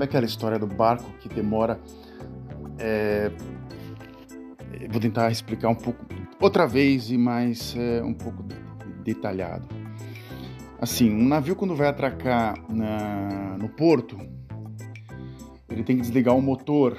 Sabe aquela história do barco que demora... Vou tentar explicar um pouco outra vez e mais um pouco detalhado. Assim, um navio quando vai atracar no porto, ele tem que desligar o motor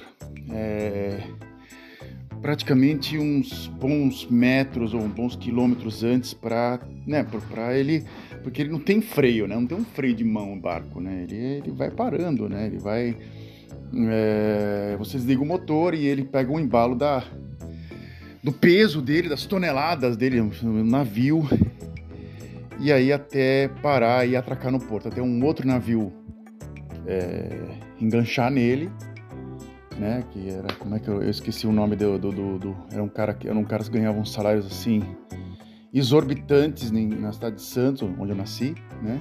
praticamente uns bons metros ou uns bons quilômetros antes para ele, porque ele não tem freio, né? Não tem um freio de mão o barco, né? Ele vai parando, né? Ele vai... você desliga o motor e ele pega o embalo do peso dele, das toneladas dele no navio, e aí até parar e atracar no porto, até um outro navio enganchar nele, né? Que era, como é que eu esqueci o nome era um cara que ganhava uns salários assim exorbitantes na cidade de Santos, onde eu nasci, né?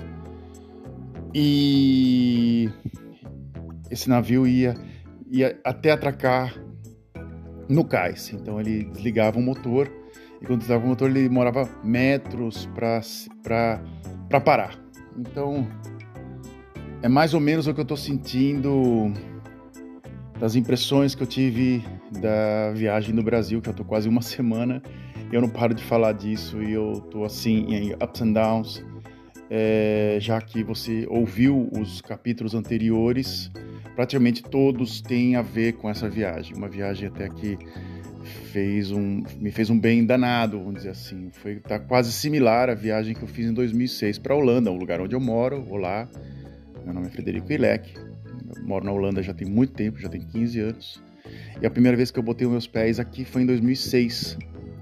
E esse navio ia até atracar no cais. Então ele desligava o motor, e quando desligava o motor ele demorava metros para parar. Então é mais ou menos o que eu estou sentindo das impressões que eu tive da viagem no Brasil, que eu estou quase uma semana e eu não paro de falar disso, e eu estou assim em ups and downs. Já que você ouviu os capítulos anteriores, praticamente todos têm a ver com essa viagem. Uma viagem até que me fez um bem danado, vamos dizer assim. Tá quase similar à viagem que eu fiz em 2006 para a Holanda, um lugar onde eu moro. Olá, meu nome é Frederico Ilek. Eu moro na Holanda já tem muito tempo, já tem 15 anos. E a primeira vez que eu botei os meus pés aqui foi em 2006.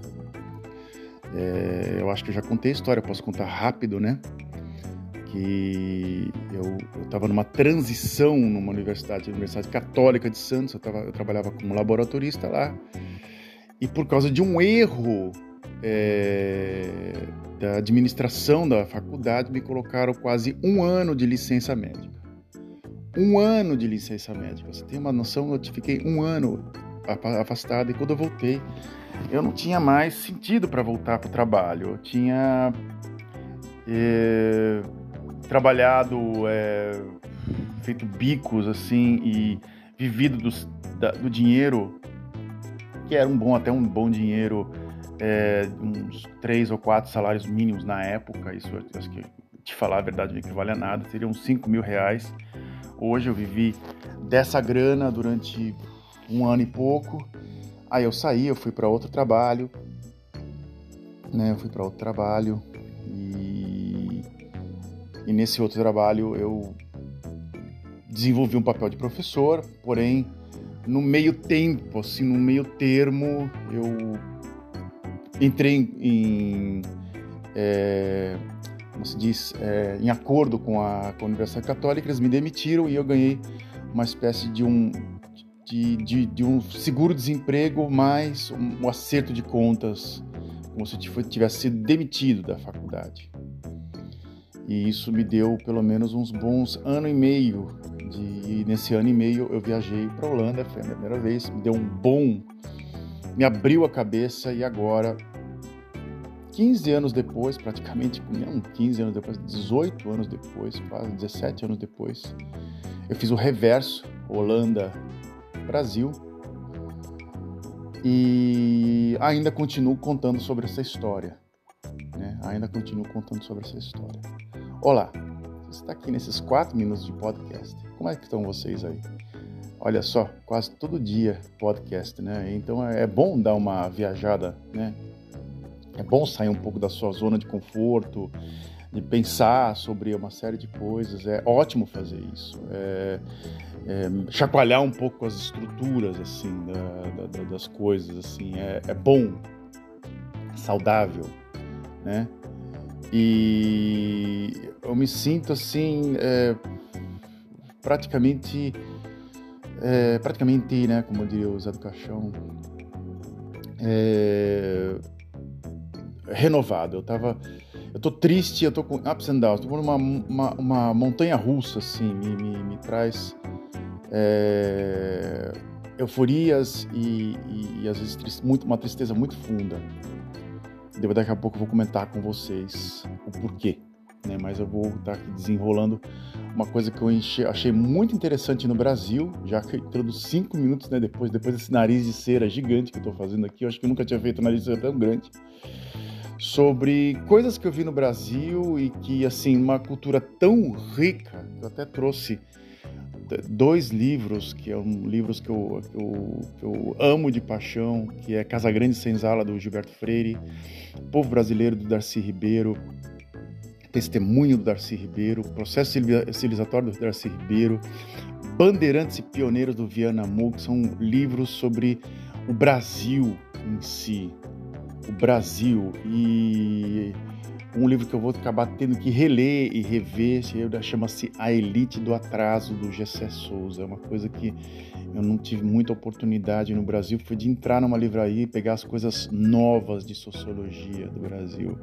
Eu acho que eu já contei a história, posso contar rápido, né? Que eu estava numa transição numa Universidade Católica de Santos. Eu trabalhava como laboratorista lá, e por causa de um erro da administração da faculdade, me colocaram quase um ano de licença médica. Um ano de licença médica. Você tem uma noção? Eu fiquei um ano afastado, e quando eu voltei, eu não tinha mais sentido para voltar para o trabalho. Eu tinha trabalhado, feito bicos assim, e vivido do dinheiro, que era até um bom dinheiro, uns 3 ou 4 salários mínimos na época. Isso, eu acho que, te falar a verdade, não equivale a nada, seriam uns 5 mil reais. Hoje eu vivi dessa grana durante um ano e pouco. Aí eu saí, eu fui para outro trabalho, né? E nesse outro trabalho eu desenvolvi um papel de professor, porém no meio termo, eu entrei como se diz, em acordo com a Universidade Católica. Eles me demitiram e eu ganhei uma espécie de um seguro-desemprego mais um acerto de contas, como se eu tivesse sido demitido da faculdade. E isso me deu pelo menos uns bons ano e meio. E nesse ano e meio eu viajei para a Holanda, foi a minha primeira vez, me abriu a cabeça. E agora, 15 anos depois, praticamente, não 15 anos depois, 18 anos depois, quase 17 anos depois, eu fiz o reverso, Holanda, Brasil, e ainda continuo contando sobre essa história, né? Olá, você está aqui nesses 4 minutos de podcast. Como é que estão vocês aí? Olha só, quase todo dia podcast, né? Então é bom dar uma viajada, né? É bom sair um pouco da sua zona de conforto, de pensar sobre uma série de coisas. É ótimo fazer isso. Chacoalhar um pouco as estruturas assim das coisas, assim. É bom, é saudável, né? E eu me sinto assim, praticamente, né, como diria o Zé do Caixão, renovado. Eu tô triste, eu tô com ups and downs, tô por uma montanha russa, assim, me traz euforias e às vezes uma tristeza muito funda. Daqui a pouco eu vou comentar com vocês o porquê, né? Mas eu vou estar aqui desenrolando uma coisa que eu achei muito interessante no Brasil, já que entrando 5 minutos, né, depois desse nariz de cera gigante que eu estou fazendo aqui, eu acho que eu nunca tinha feito um nariz de cera tão grande, sobre coisas que eu vi no Brasil e que, assim, uma cultura tão rica, eu até trouxe 2 livros, que são livros que eu amo de paixão, que é Casagrande e Senzala, do Gilberto Freire, Povo Brasileiro, do Darcy Ribeiro, Testemunho, do Darcy Ribeiro, Processo Civilizatório, do Darcy Ribeiro, Bandeirantes e Pioneiros, do Viana Moura, que são livros sobre o Brasil em si, o Brasil, e um livro que eu vou acabar tendo que reler e rever, chama-se A Elite do Atraso, do Gessé Souza. É uma coisa que eu não tive muita oportunidade no Brasil, foi de entrar numa livraria e pegar as coisas novas de sociologia do Brasil.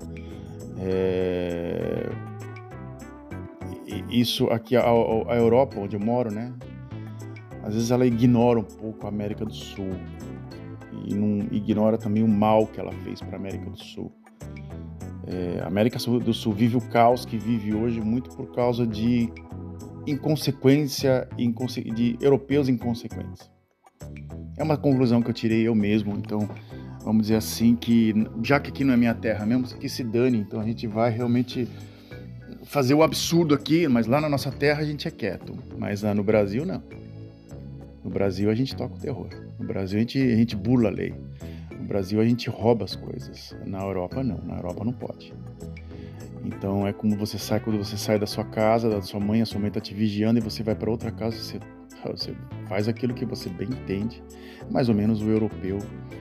Isso aqui, a Europa, onde eu moro, né? Às vezes ela ignora um pouco a América do Sul e não ignora também o mal que ela fez para a América do Sul. A América do Sul vive o caos que vive hoje muito por causa de inconsequência, de europeus inconsequentes. É uma conclusão que eu tirei eu mesmo, então vamos dizer assim, que já que aqui não é minha terra mesmo, que se dane, então a gente vai realmente fazer o absurdo aqui, mas lá na nossa terra a gente é quieto, mas lá no Brasil não. No Brasil a gente toca o terror, no Brasil a gente burla a lei, no Brasil a gente rouba as coisas, na Europa não, na Europa não pode. Então é como você sai, quando você sai da sua casa, da sua mãe, a sua mãe está te vigiando e você vai para outra casa, você faz aquilo que você bem entende, mais ou menos o europeu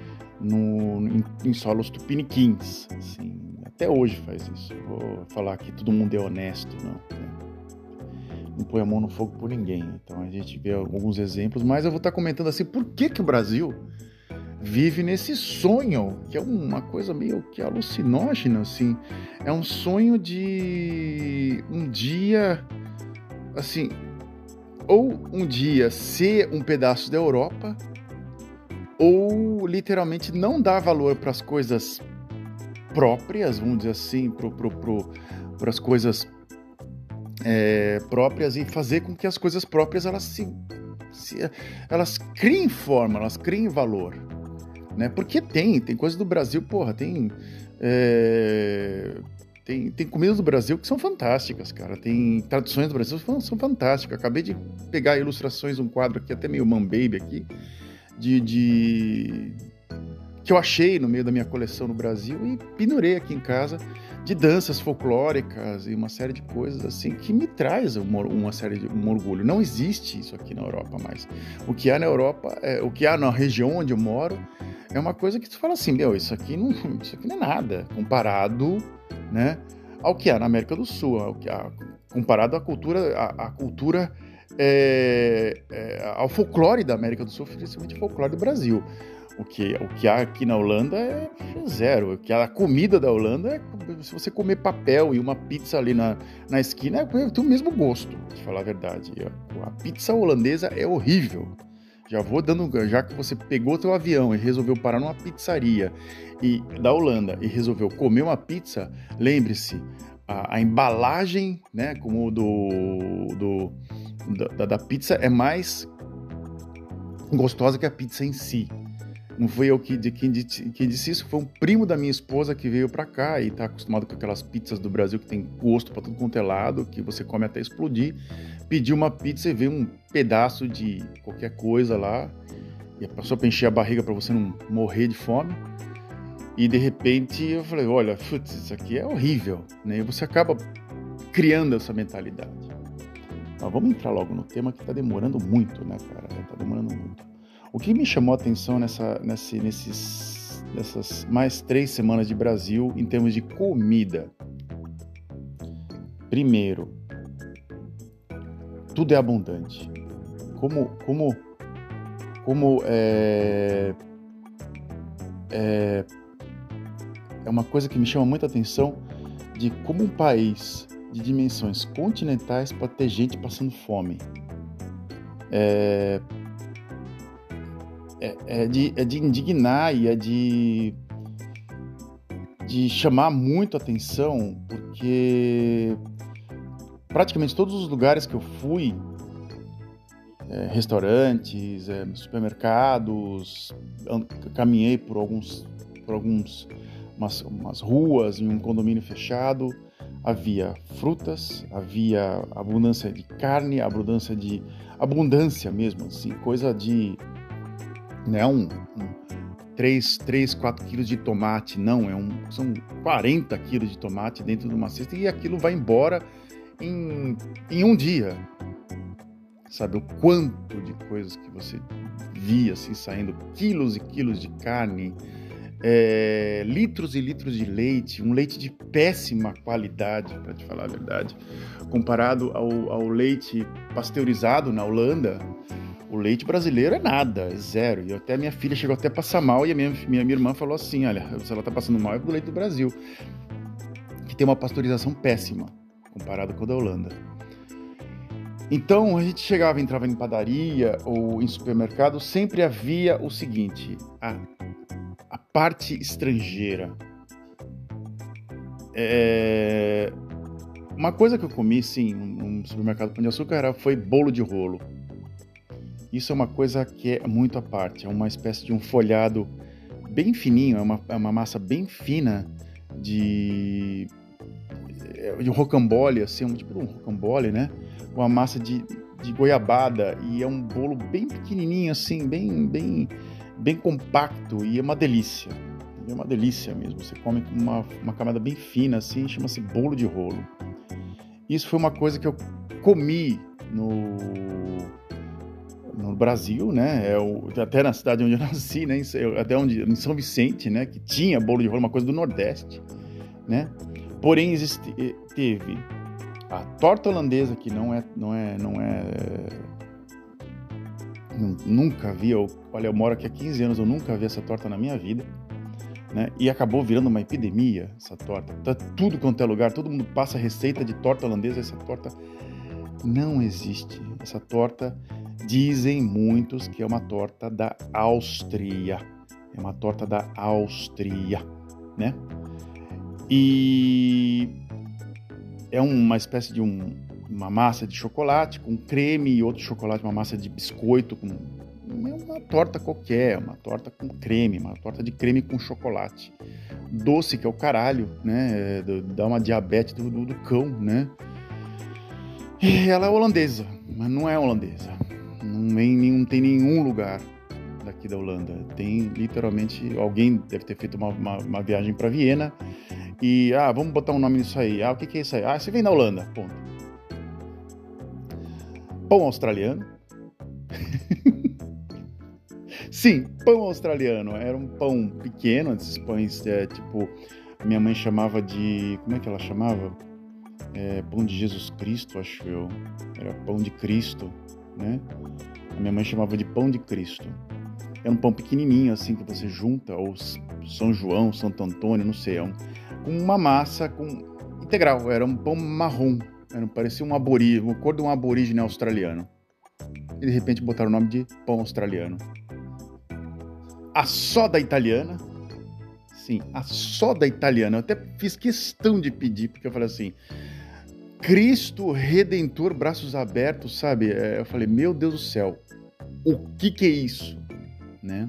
em solos tupiniquins, assim, até hoje faz isso. Vou falar que todo mundo é honesto, não, né? Não põe a mão no fogo por ninguém. Então a gente vê alguns exemplos, mas eu vou estar comentando assim, por que o Brasil vive nesse sonho, que é uma coisa meio que alucinógena, assim. É um sonho de um dia, assim, ou um dia ser um pedaço da Europa, ou literalmente não dar valor para as coisas próprias, vamos dizer assim, para as coisas próprias, e fazer com que as coisas próprias elas criem forma, elas criem valor, né? Porque tem coisas do Brasil, porra, tem comidas do Brasil que são fantásticas, cara. Tem tradições do Brasil que são fantásticas. Acabei de pegar ilustrações, um quadro aqui, até meio Man Baby aqui, que eu achei no meio da minha coleção no Brasil e pendurei aqui em casa, de danças folclóricas e uma série de coisas assim que me traz um orgulho. Não existe isso aqui na Europa mais. O que há na Europa, o que há na região onde eu moro, é uma coisa que tu fala assim, isso aqui não é nada comparado, né, ao que há na América do Sul, comparado à cultura ao folclore da América do Sul, principalmente o folclore do Brasil. O que há aqui na Holanda é zero. O que há, a comida da Holanda se você comer papel e uma pizza ali na esquina, tem o mesmo gosto, de falar a verdade. A pizza holandesa é horrível. Já que você pegou teu avião e resolveu parar numa pizzaria da Holanda e resolveu comer uma pizza, lembre-se, a embalagem, né, como da pizza é mais gostosa que a pizza em si. Não fui eu quem disse isso, foi um primo da minha esposa que veio pra cá e tá acostumado com aquelas pizzas do Brasil que tem gosto pra tudo quanto é lado, que você come até explodir. Pediu uma pizza e veio um pedaço de qualquer coisa lá, e passou pra encher a barriga pra você não morrer de fome. E de repente eu falei, olha, isso aqui é horrível, né? E você acaba criando essa mentalidade. Mas vamos entrar logo no tema que tá demorando muito, né, cara? Tá demorando muito. O que me chamou a atenção nessas mais 3 semanas de Brasil em termos de comida? Primeiro, tudo é abundante. É uma coisa que me chama muita atenção de como um país de dimensões continentais pode ter gente passando fome. É de indignar e de chamar muito a atenção, porque praticamente todos os lugares que eu fui, restaurantes, supermercados, caminhei por umas ruas em um condomínio fechado, havia frutas, havia abundância de carne, abundância mesmo, assim, coisa de, não é 3, 4 quilos de tomate, não, são 40 quilos de tomate dentro de uma cesta, e aquilo vai embora em um dia. Sabe, o quanto de coisas que você via assim, saindo, quilos e quilos de carne, litros e litros de leite, um leite de péssima qualidade, para te falar a verdade, comparado ao leite pasteurizado na Holanda. O leite brasileiro é nada, é zero. E até minha filha chegou até a passar mal, e a minha irmã falou assim, olha, se ela tá passando mal é do leite do Brasil, que tem uma pasteurização péssima, comparado com o da Holanda. Então, a gente entrava em padaria ou em supermercado, sempre havia o seguinte, a parte estrangeira. Uma coisa que eu comi, sim, num supermercado Pão de Açúcar foi bolo de rolo. Isso é uma coisa que é muito à parte, é uma espécie de um folhado bem fininho, é uma massa bem fina de rocambole, assim, tipo um rocambole, né? Uma massa de goiabada, e é um bolo bem pequenininho, assim, bem compacto, e é uma delícia. É uma delícia mesmo. Você come com uma camada bem fina, assim, chama-se bolo de rolo. Isso foi uma coisa que eu comi no Brasil, né? Até na cidade onde eu nasci, né? Em São Vicente, né? Que tinha bolo de rolo, uma coisa do Nordeste, né? Porém, teve a torta holandesa, que nunca vi, olha, eu moro aqui há 15 anos, eu nunca vi essa torta na minha vida, né? E acabou virando uma epidemia, essa torta. Tá tudo quanto é lugar, todo mundo passa receita de torta holandesa, essa torta não existe. Essa torta, dizem muitos que é uma torta da Áustria. É uma torta da Áustria, né? E é uma espécie de uma massa de chocolate com creme e outro chocolate, uma massa de biscoito, é uma torta qualquer, uma torta com creme, uma torta de creme com chocolate. Doce que é o caralho, né? Dá uma diabetes do cão, né? E ela é holandesa, mas não é holandesa. Não tem nenhum lugar daqui da Holanda. Tem literalmente, alguém deve ter feito uma viagem para Viena e, vamos botar um nome nisso aí. O que é isso aí? Você vem da Holanda, ponto. Pão australiano. Sim, pão australiano. Era um pão pequeno, esses pães, tipo, a minha mãe chamava de, como é que ela chamava? Pão de Jesus Cristo, acho eu. Era pão de Cristo, né? A minha mãe chamava de pão de Cristo. Era um pão pequenininho, assim, que você junta, ou São João, Santo Antônio, não sei, com uma massa integral. Era um pão marrom, parecia uma cor de um aborígene australiano. E de repente botaram o nome de pão australiano. A soda italiana. Sim, a soda italiana. Eu até fiz questão de pedir, porque eu falei assim, Cristo Redentor, braços abertos, sabe? Eu falei, meu Deus do céu, o que é isso? Né?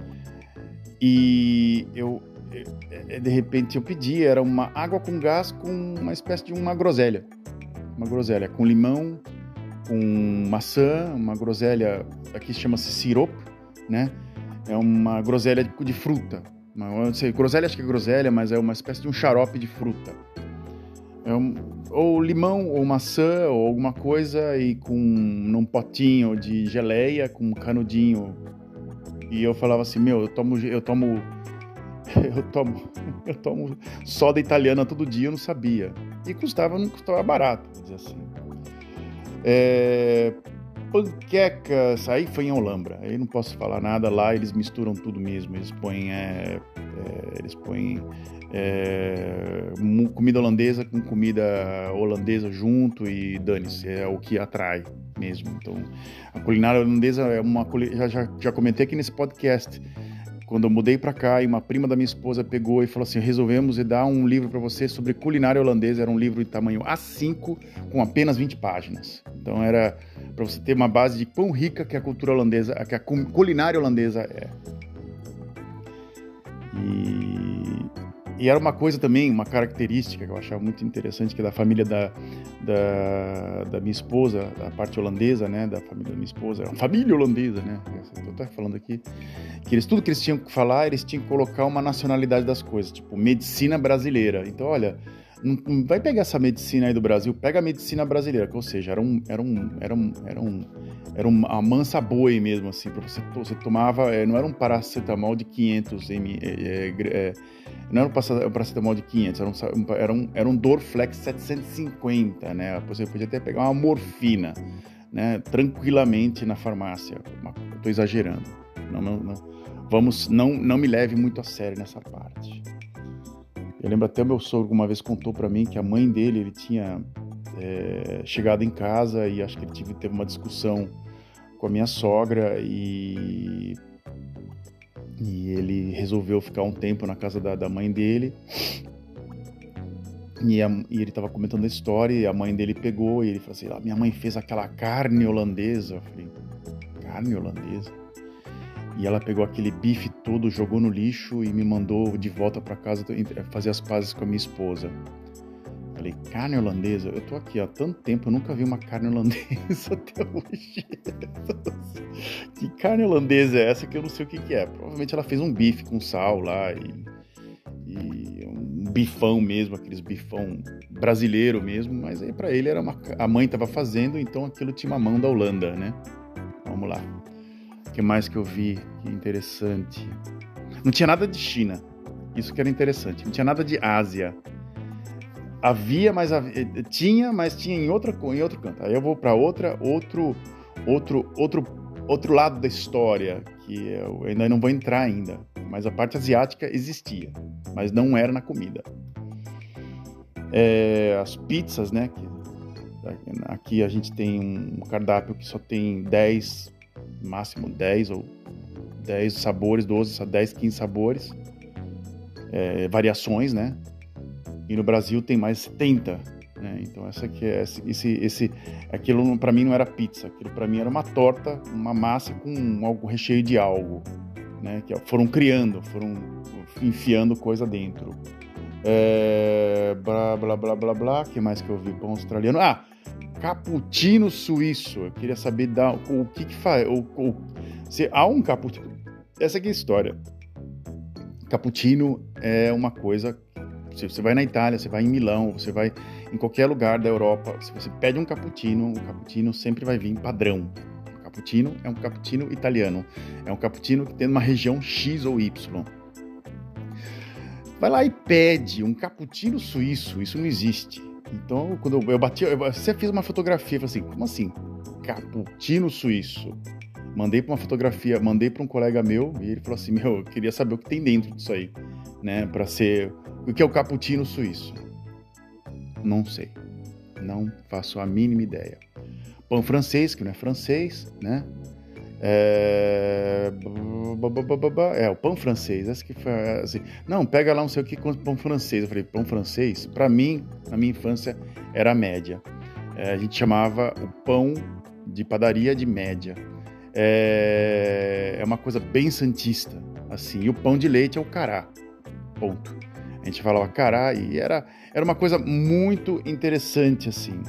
E de repente eu pedi, era uma água com gás com uma espécie de uma groselha com limão, com maçã, uma groselha, aqui chama-se sirope, né? É uma groselha de fruta, não sei, groselha acho que é groselha, mas é uma espécie de um xarope de fruta, ou limão, ou maçã, ou alguma coisa, e num potinho de geleia com canudinho. E eu falava assim, eu tomo soda italiana todo dia, eu não sabia. E não custava barato, vou dizer assim. Panquecas, aí foi em Olambra, aí não posso falar nada, lá eles misturam tudo mesmo, eles põem comida holandesa com comida holandesa junto e dane-se, é o que atrai mesmo. Então, a culinária holandesa é já comentei aqui nesse podcast, quando eu mudei para cá, e uma prima da minha esposa pegou e falou assim, resolvemos dar um livro para você sobre culinária holandesa. Era um livro de tamanho A5, com apenas 20 páginas. Então era para você ter uma base de quão rica que a cultura holandesa, que a culinária holandesa é. E era uma coisa também, uma característica que eu achava muito interessante, que é da família da minha esposa, da parte holandesa, né, da família da minha esposa, era uma família holandesa, né, eu tô falando aqui, que tudo que eles tinham que falar, eles tinham que colocar uma nacionalidade das coisas, tipo, medicina brasileira. Então, olha, não vai pegar essa medicina aí do Brasil, pega a medicina brasileira, que, ou seja, era uma mansa boi mesmo, assim, para você tomava, não era um paracetamol de 500 ml, não era um paracetamol de 500, era um Dorflex 750, né? Você podia até pegar uma morfina, né? Tranquilamente na farmácia. Eu tô exagerando. Não me leve muito a sério nessa parte. Eu lembro até o meu sogro uma vez contou para mim que a mãe dele, ele tinha chegado em casa e acho que ele teve uma discussão com a minha sogra e ele resolveu ficar um tempo na casa da mãe dele e ele estava comentando a história e a mãe dele pegou e ele falou assim, minha mãe fez aquela carne holandesa. Eu falei, carne holandesa? E ela pegou aquele bife todo, jogou no lixo e me mandou de volta para casa fazer as pazes com a minha esposa. Falei, carne holandesa? Eu tô aqui há tanto tempo, eu nunca vi uma carne holandesa até hoje. Que carne holandesa é essa que eu não sei o que é? Provavelmente ela fez um bife com sal lá e um bifão mesmo, aqueles bifão brasileiro mesmo, mas aí pra ele a mãe tava fazendo, então aquilo tinha uma mão da Holanda, né? Vamos lá. O que mais que eu vi? Que interessante. Não tinha nada de China, isso que era interessante. Não tinha nada de Ásia. Tinha em outro canto. Aí eu vou para outro lado da história, que eu ainda não vou entrar ainda. Mas a parte asiática existia, mas não era na comida. As pizzas, né? Aqui a gente tem um cardápio que só tem 10, máximo 10 ou 10 sabores, 12, 10, 15 sabores. Variações, né? E no Brasil tem mais 70, né? Então essa aqui aquilo para mim não era pizza, aquilo para mim era uma torta, uma massa com algo recheio de algo, né? Que foram enfiando coisa dentro. Blá blá blá blá blá. Que mais que eu vi? Pão australiano. Cappuccino suíço. Eu queria saber o que faz. Se há um cappuccino. Essa aqui é a história. Cappuccino é uma coisa. Se você vai na Itália, você vai em Milão, você vai em qualquer lugar da Europa, se você pede um cappuccino, o cappuccino sempre vai vir padrão. O cappuccino é um cappuccino italiano. É um cappuccino que tem uma região X ou Y. Vai lá e pede um cappuccino suíço, isso não existe. Então, quando você fez uma fotografia, eu falei assim, como assim? Cappuccino suíço? Mandei para um colega meu e ele falou assim, eu queria saber o que tem dentro disso aí, né, para ser... O que é o cappuccino suíço? Não sei. Não faço a mínima ideia. Pão francês, que não é francês, né? O pão francês. Essa que foi assim. Não, pega lá não sei o que com pão francês. Eu falei, pão francês? Para mim, na minha infância, era média. A gente chamava o pão de padaria de média. É uma coisa bem santista, assim. E o pão de leite é o cará. Ponto. A gente falava cará e era uma coisa muito interessante, assim.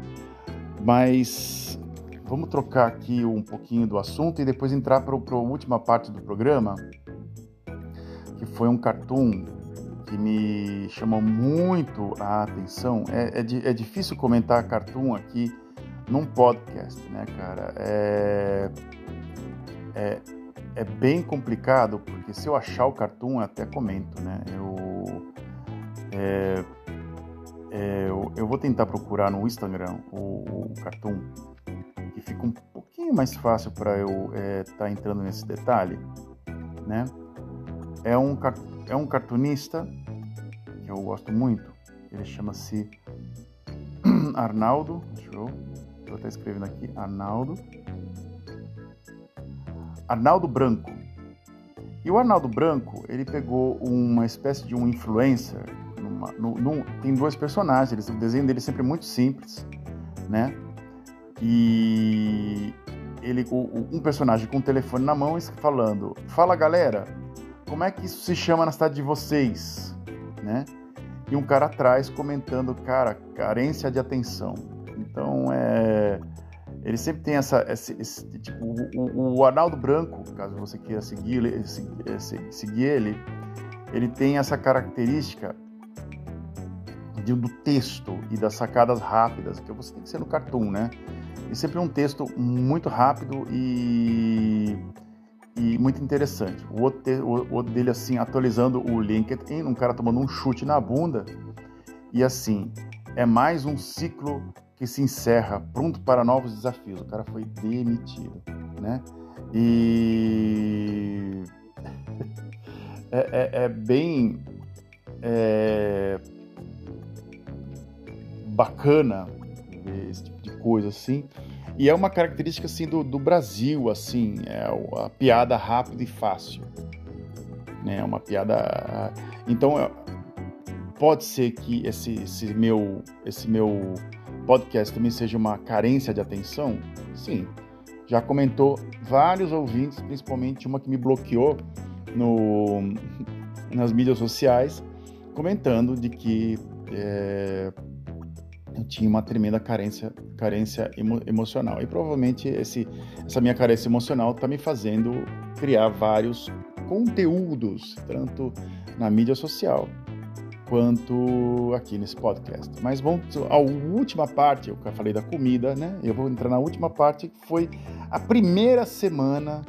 Mas vamos trocar aqui um pouquinho do assunto e depois entrar para a última parte do programa, que foi um cartoon que me chamou muito a atenção. É difícil comentar cartoon aqui num podcast, né, cara? É bem complicado, porque se eu achar o cartoon, eu até comento, né? Eu vou tentar procurar no Instagram o cartoon, que fica um pouquinho mais fácil para eu estar entrando nesse detalhe, né? É um cartunista que eu gosto muito, ele chama-se Arnaldo, eu vou estar escrevendo aqui, Arnaldo Branco. E o Arnaldo Branco, ele pegou uma espécie de um influencer, tem dois personagens, o desenho dele é sempre muito simples, né? E um personagem com o telefone na mão falando: fala galera, como é que isso se chama na cidade de vocês, né? E um cara atrás comentando, cara, carência de atenção. Então ele sempre tem esse tipo, o Arnaldo Branco, caso você queira seguir ele tem essa característica do texto e das sacadas rápidas, que você tem que ser no cartoon, né? E sempre um texto muito rápido e muito interessante. O outro dele, assim, atualizando o LinkedIn, um cara tomando um chute na bunda, e assim, é mais um ciclo que se encerra, pronto para novos desafios. O cara foi demitido, né? E é bem bacana ver esse tipo de coisa assim, e é uma característica assim do Brasil, assim, a piada rápida e fácil, né? Uma piada. Então pode ser que esse meu podcast também seja uma carência de atenção? Sim. Já comentou vários ouvintes, principalmente uma que me bloqueou nas mídias sociais, comentando de que eu tinha uma tremenda carência emocional. E provavelmente essa minha carência emocional está me fazendo criar vários conteúdos, tanto na mídia social quanto aqui nesse podcast. Mas vamos à última parte, eu falei da comida, né? Eu vou entrar na última parte, que foi a primeira semana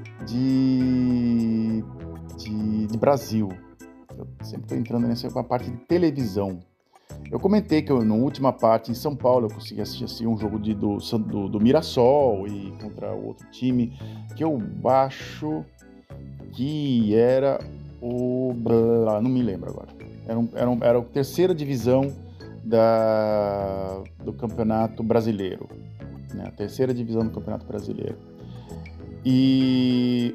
de Brasil. Eu sempre estou entrando nessa parte de televisão. Eu comentei que na última parte, em São Paulo, eu consegui assistir um jogo do Mirassol e contra outro time que eu acho que era não me lembro agora. Era a terceira divisão do Campeonato Brasileiro, né? A terceira divisão do Campeonato Brasileiro. E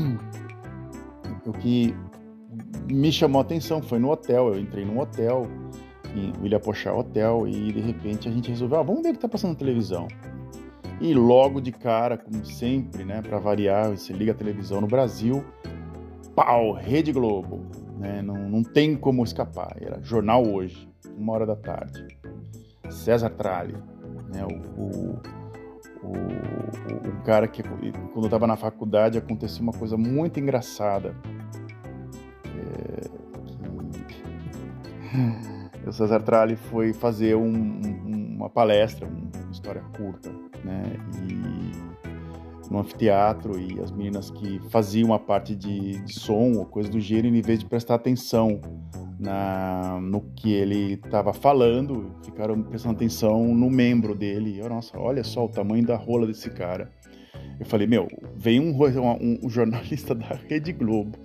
o que me chamou a atenção foi no hotel. Eu entrei num hotel, em William Pochá Hotel, e de repente a gente resolveu, vamos ver o que está passando na televisão. E logo de cara, como sempre, né, para variar, você liga a televisão no Brasil, pau, Rede Globo, né, não tem como escapar. Era Jornal Hoje, 1h da tarde. César Tralli, né, o cara que, quando eu estava na faculdade, aconteceu uma coisa muito engraçada. O César Tralli foi fazer uma palestra, uma história curta, né? E no anfiteatro, e as meninas que faziam a parte de som ou coisa do gênero, em vez de prestar atenção no que ele estava falando, ficaram prestando atenção no membro dele. E nossa, olha só o tamanho da rola desse cara. Eu falei, vem um jornalista da Rede Globo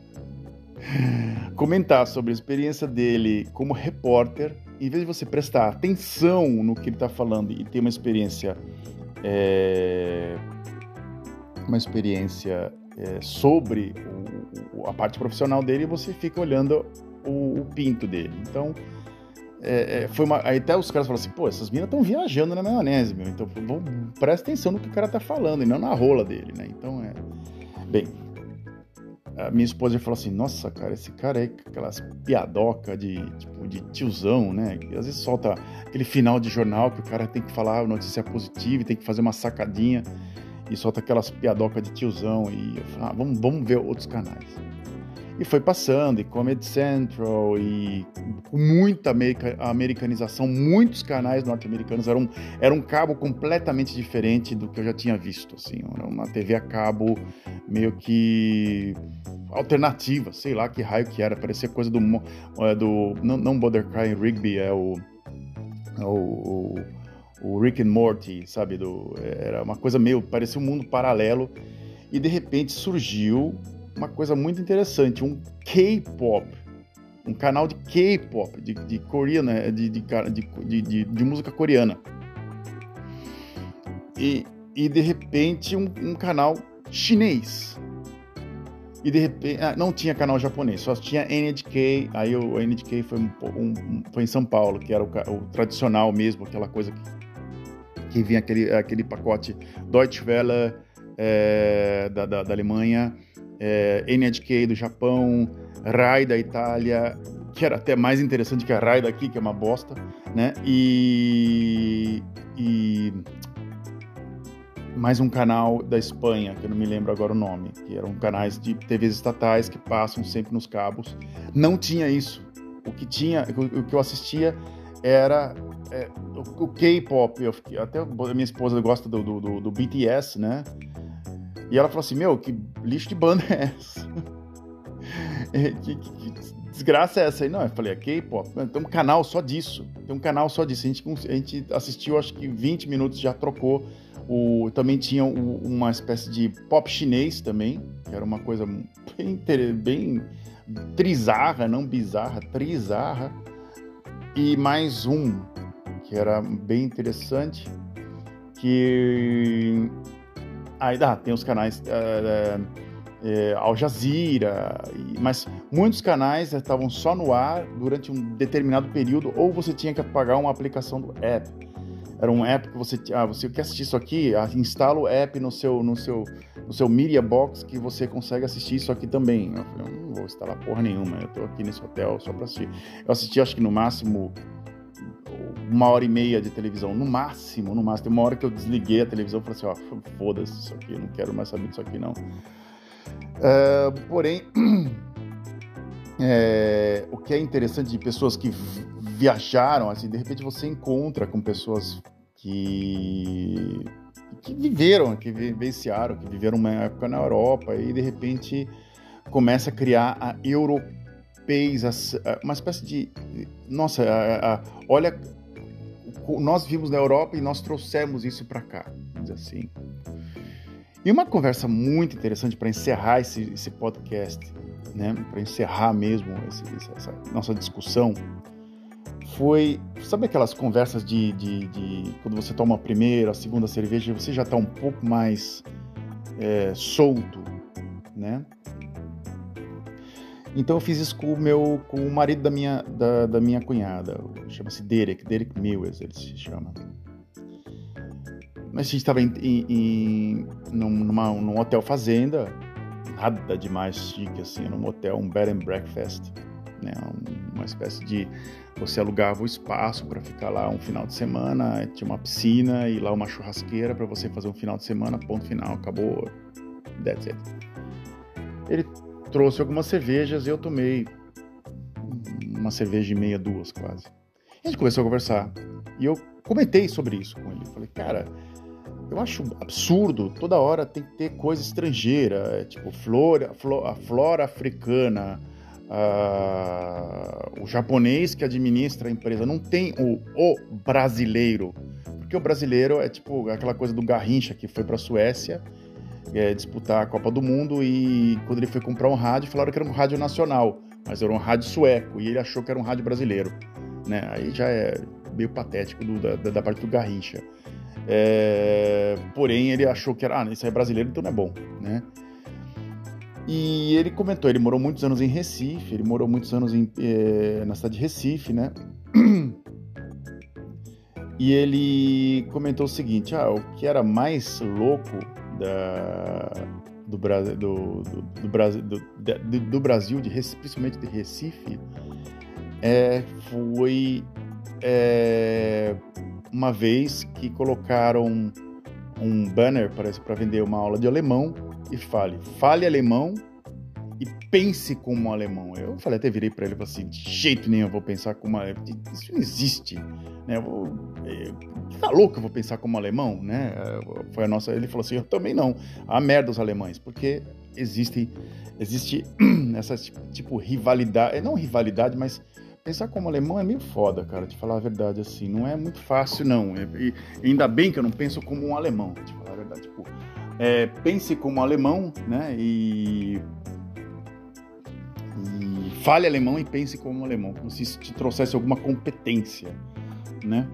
comentar sobre a experiência dele como repórter, em vez de você prestar atenção no que ele está falando e ter uma experiência sobre a parte profissional dele, você fica olhando o pinto dele. Então, aí até os caras falaram assim, pô, essas meninas estão viajando na maionese, meu. Então, presta atenção no que o cara está falando e não na rola dele, né? Então, bem, a minha esposa falou assim, nossa, cara, esse cara é aquelas piadoca de tiozão, né? Que às vezes solta aquele final de jornal que o cara tem que falar a notícia positiva e tem que fazer uma sacadinha e solta aquelas piadoca de tiozão. E eu falei, vamos ver outros canais. E foi passando, e Comedy Central, e com muita americanização, muitos canais norte-americanos, era um cabo completamente diferente do que eu já tinha visto, assim, era uma TV a cabo meio que alternativa, sei lá que raio que era, parecia coisa não Bother Crying Rigby, o Rick and Morty, sabe, era uma coisa meio, parecia um mundo paralelo, e de repente surgiu uma coisa muito interessante, um K-pop, um canal de K-pop, de coreana, de música coreana. E de repente um canal chinês. E de repente, não tinha canal japonês, só tinha NHK. Aí o NHK foi em São Paulo, que era o tradicional mesmo, aquela coisa que vinha aquele pacote Deutsche Welle da Alemanha, NHK do Japão, Rai da Itália, que era até mais interessante que a Rai daqui, que é uma bosta, né? E mais um canal da Espanha, que eu não me lembro agora o nome, que eram canais de TVs estatais que passam sempre nos cabos. Não tinha isso. O que eu assistia era o K-pop. Até a minha esposa gosta do BTS, né? E ela falou assim, meu, que lixo de banda é essa? que desgraça é essa aí? Não, eu falei, é K-pop. Tem um canal só disso. A gente assistiu, acho que 20 minutos, já trocou. Também tinha uma espécie de pop chinês também, que era uma coisa bem trizarra, não bizarra, trizarra. E mais um, que era bem interessante, que... Aí tem os canais Al Jazeera, mas muitos canais estavam só no ar durante um determinado período, ou você tinha que pagar uma aplicação do app. Era um app que você quer assistir isso aqui, instala o app no seu Media Box que você consegue assistir isso aqui também. Eu falei, eu não vou instalar porra nenhuma, eu tô aqui nesse hotel só pra assistir. Eu assisti, acho que no máximo 1h30 de televisão, no máximo. Tem uma hora que eu desliguei a televisão e falei assim, foda-se isso aqui, eu não quero mais saber disso aqui não. Porém, o que é interessante de pessoas que viajaram, assim, de repente você encontra com pessoas que viveram, que vivenciaram, que viveram uma época na Europa e de repente começa a criar a europeização, uma espécie de... Nossa, olha, nós vimos na Europa e nós trouxemos isso para cá, vamos dizer assim. E uma conversa muito interessante para encerrar esse podcast, né, para encerrar mesmo essa nossa discussão, foi, sabe aquelas conversas de quando você toma a primeira, a segunda cerveja, você já está um pouco mais solto, né? Então eu fiz isso com o marido da minha cunhada, chama-se Derek Mewes, ele se chama. Mas a gente estava num hotel fazenda, nada de mais chique assim, era um hotel, um bed and breakfast, né? Uma espécie de... Você alugava o espaço para ficar lá um final de semana, tinha uma piscina e lá uma churrasqueira para você fazer um final de semana, ponto final, acabou, that's it. Ele trouxe algumas cervejas e eu tomei uma cerveja e meia, duas quase. A gente começou a conversar e eu comentei sobre isso com ele. Falei, cara, eu acho absurdo, toda hora tem que ter coisa estrangeira, tipo a flora africana, o japonês que administra a empresa, não tem o brasileiro, porque o brasileiro é tipo aquela coisa do Garrincha que foi para a Suécia disputar a Copa do Mundo e quando ele foi comprar um rádio, falaram que era um rádio nacional, mas era um rádio sueco e ele achou que era um rádio brasileiro, né? Aí já é meio patético da parte do Garrincha. Porém ele achou que era, isso aí é brasileiro, então não é bom, né? E ele comentou, ele morou muitos anos em Recife, na cidade de Recife, né? E ele comentou o seguinte, o que era mais louco do Brasil, principalmente de Recife, foi uma vez que colocaram um banner, parece, para vender uma aula de alemão, e fale alemão e pense como alemão. Eu falei, até virei para ele e falei assim, de jeito nenhum eu vou pensar como alemão, isso não existe, né? Tá louco que eu vou pensar como alemão, né? Ele falou assim, eu também não, a merda os alemães, porque existe essa tipo rivalidade, não rivalidade, mas pensar como alemão é meio foda, cara, te falar a verdade, assim, não é muito fácil, não, e ainda bem que eu não penso como um alemão, te falar a verdade, tipo, pense como alemão, né, e fale alemão e pense como alemão, como se isso te trouxesse alguma competência, né?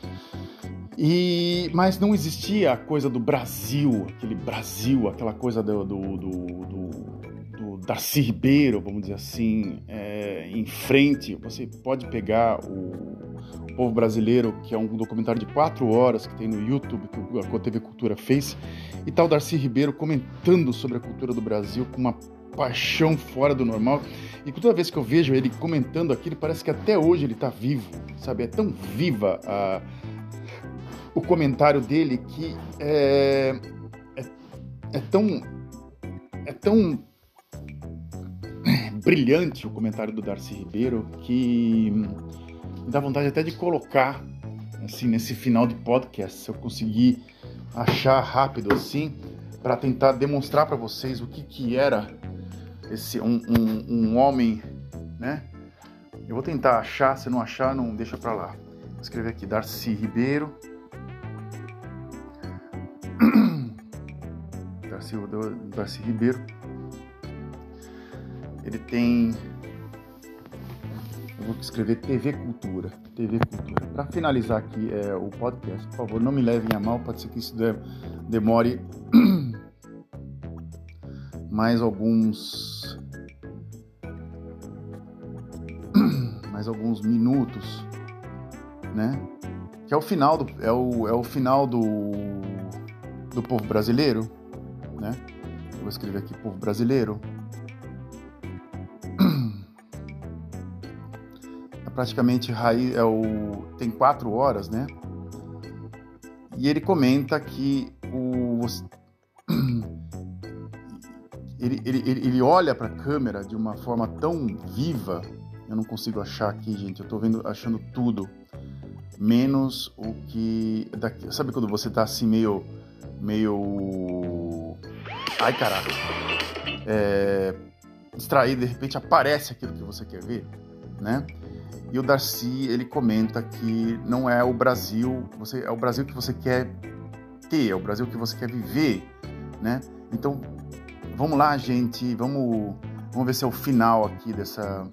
Mas não existia a coisa do Brasil, aquela coisa Darcy Ribeiro, vamos dizer assim, em frente. Você pode pegar o Povo Brasileiro, que é um documentário de 4 horas que tem no YouTube, que a TV Cultura fez, e tá o Darcy Ribeiro comentando sobre a cultura do Brasil com uma paixão fora do normal. E toda vez que eu vejo ele comentando aquilo, parece que até hoje ele tá vivo, sabe? É tão viva o comentário dele que é tão brilhante o comentário do Darcy Ribeiro que me dá vontade até de colocar assim nesse final de podcast, se eu conseguir achar rápido assim, para tentar demonstrar para vocês o que era esse um homem, né? Eu vou tentar achar, se não achar, não deixa para lá. Vou escrever aqui Darcy Ribeiro. Darcy Ribeiro. Ele tem... Eu vou escrever TV Cultura. Para finalizar aqui o podcast, por favor, não me levem a mal. Pode ser que isso demore mais alguns minutos, né? Que é o final do final do Povo Brasileiro, né? Eu vou escrever aqui Povo Brasileiro. É praticamente tem 4 horas, né? E ele comenta que ele olha para a câmera de uma forma tão viva. Eu não consigo achar aqui, gente. Eu tô achando tudo, menos o que... Sabe quando você tá assim meio... Ai, caraca. Distraído, de repente aparece aquilo que você quer ver, né? E o Darcy, ele comenta que não é o Brasil... é o Brasil que você quer ter, é o Brasil que você quer viver, né? Então, vamos lá, gente. Vamos ver se é o final aqui dessa...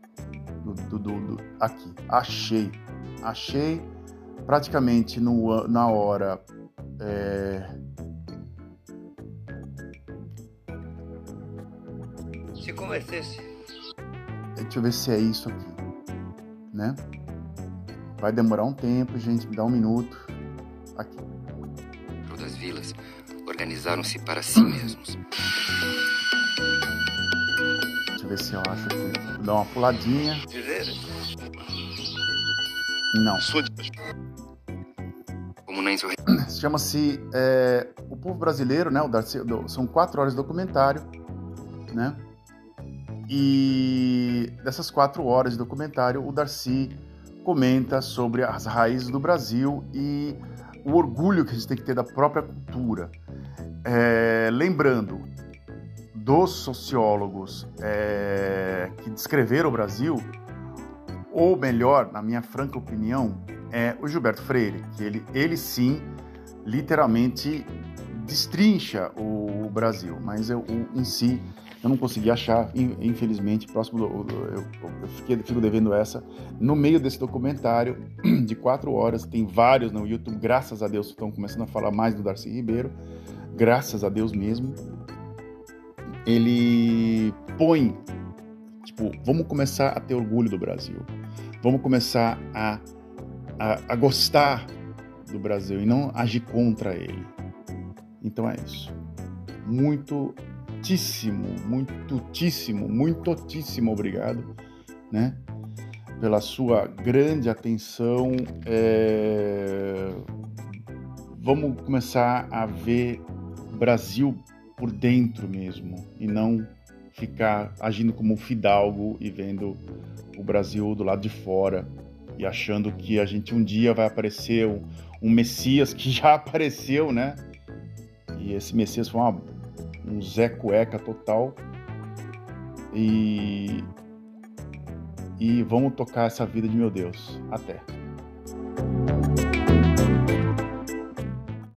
aqui, achei praticamente na hora se convertesse. Deixa eu ver se é isso aqui, né? Vai demorar um tempo, gente, me dá um minuto aqui. Todas as vilas organizaram-se para si mesmos. Deixa eu ver se eu acho aqui. Vou dar uma puladinha. Não. Chama-se O Povo Brasileiro, né? São 4 horas de documentário, né? E dessas 4 horas de documentário, o Darcy comenta sobre as raízes do Brasil e o orgulho que a gente tem que ter da própria cultura. Lembrando dos sociólogos que descreveram o Brasil, ou melhor, na minha franca opinião, é o Gilberto Freire, que ele sim, literalmente destrincha o Brasil, mas em si eu não consegui achar, infelizmente, próximo eu fico devendo essa. No meio desse documentário de 4 horas, tem vários no YouTube, graças a Deus estão começando a falar mais do Darcy Ribeiro, graças a Deus mesmo. Ele põe, vamos começar a ter orgulho do Brasil, vamos começar a gostar do Brasil e não agir contra ele. Então é isso. Muitíssimo obrigado, né, pela sua grande atenção. Vamos começar a ver o Brasil por dentro mesmo e não ficar agindo como um fidalgo e vendo o Brasil do lado de fora e achando que a gente um dia vai aparecer um Messias que já apareceu, né? E esse Messias foi um Zé Cueca total. E vamos tocar essa vida de meu Deus. Até.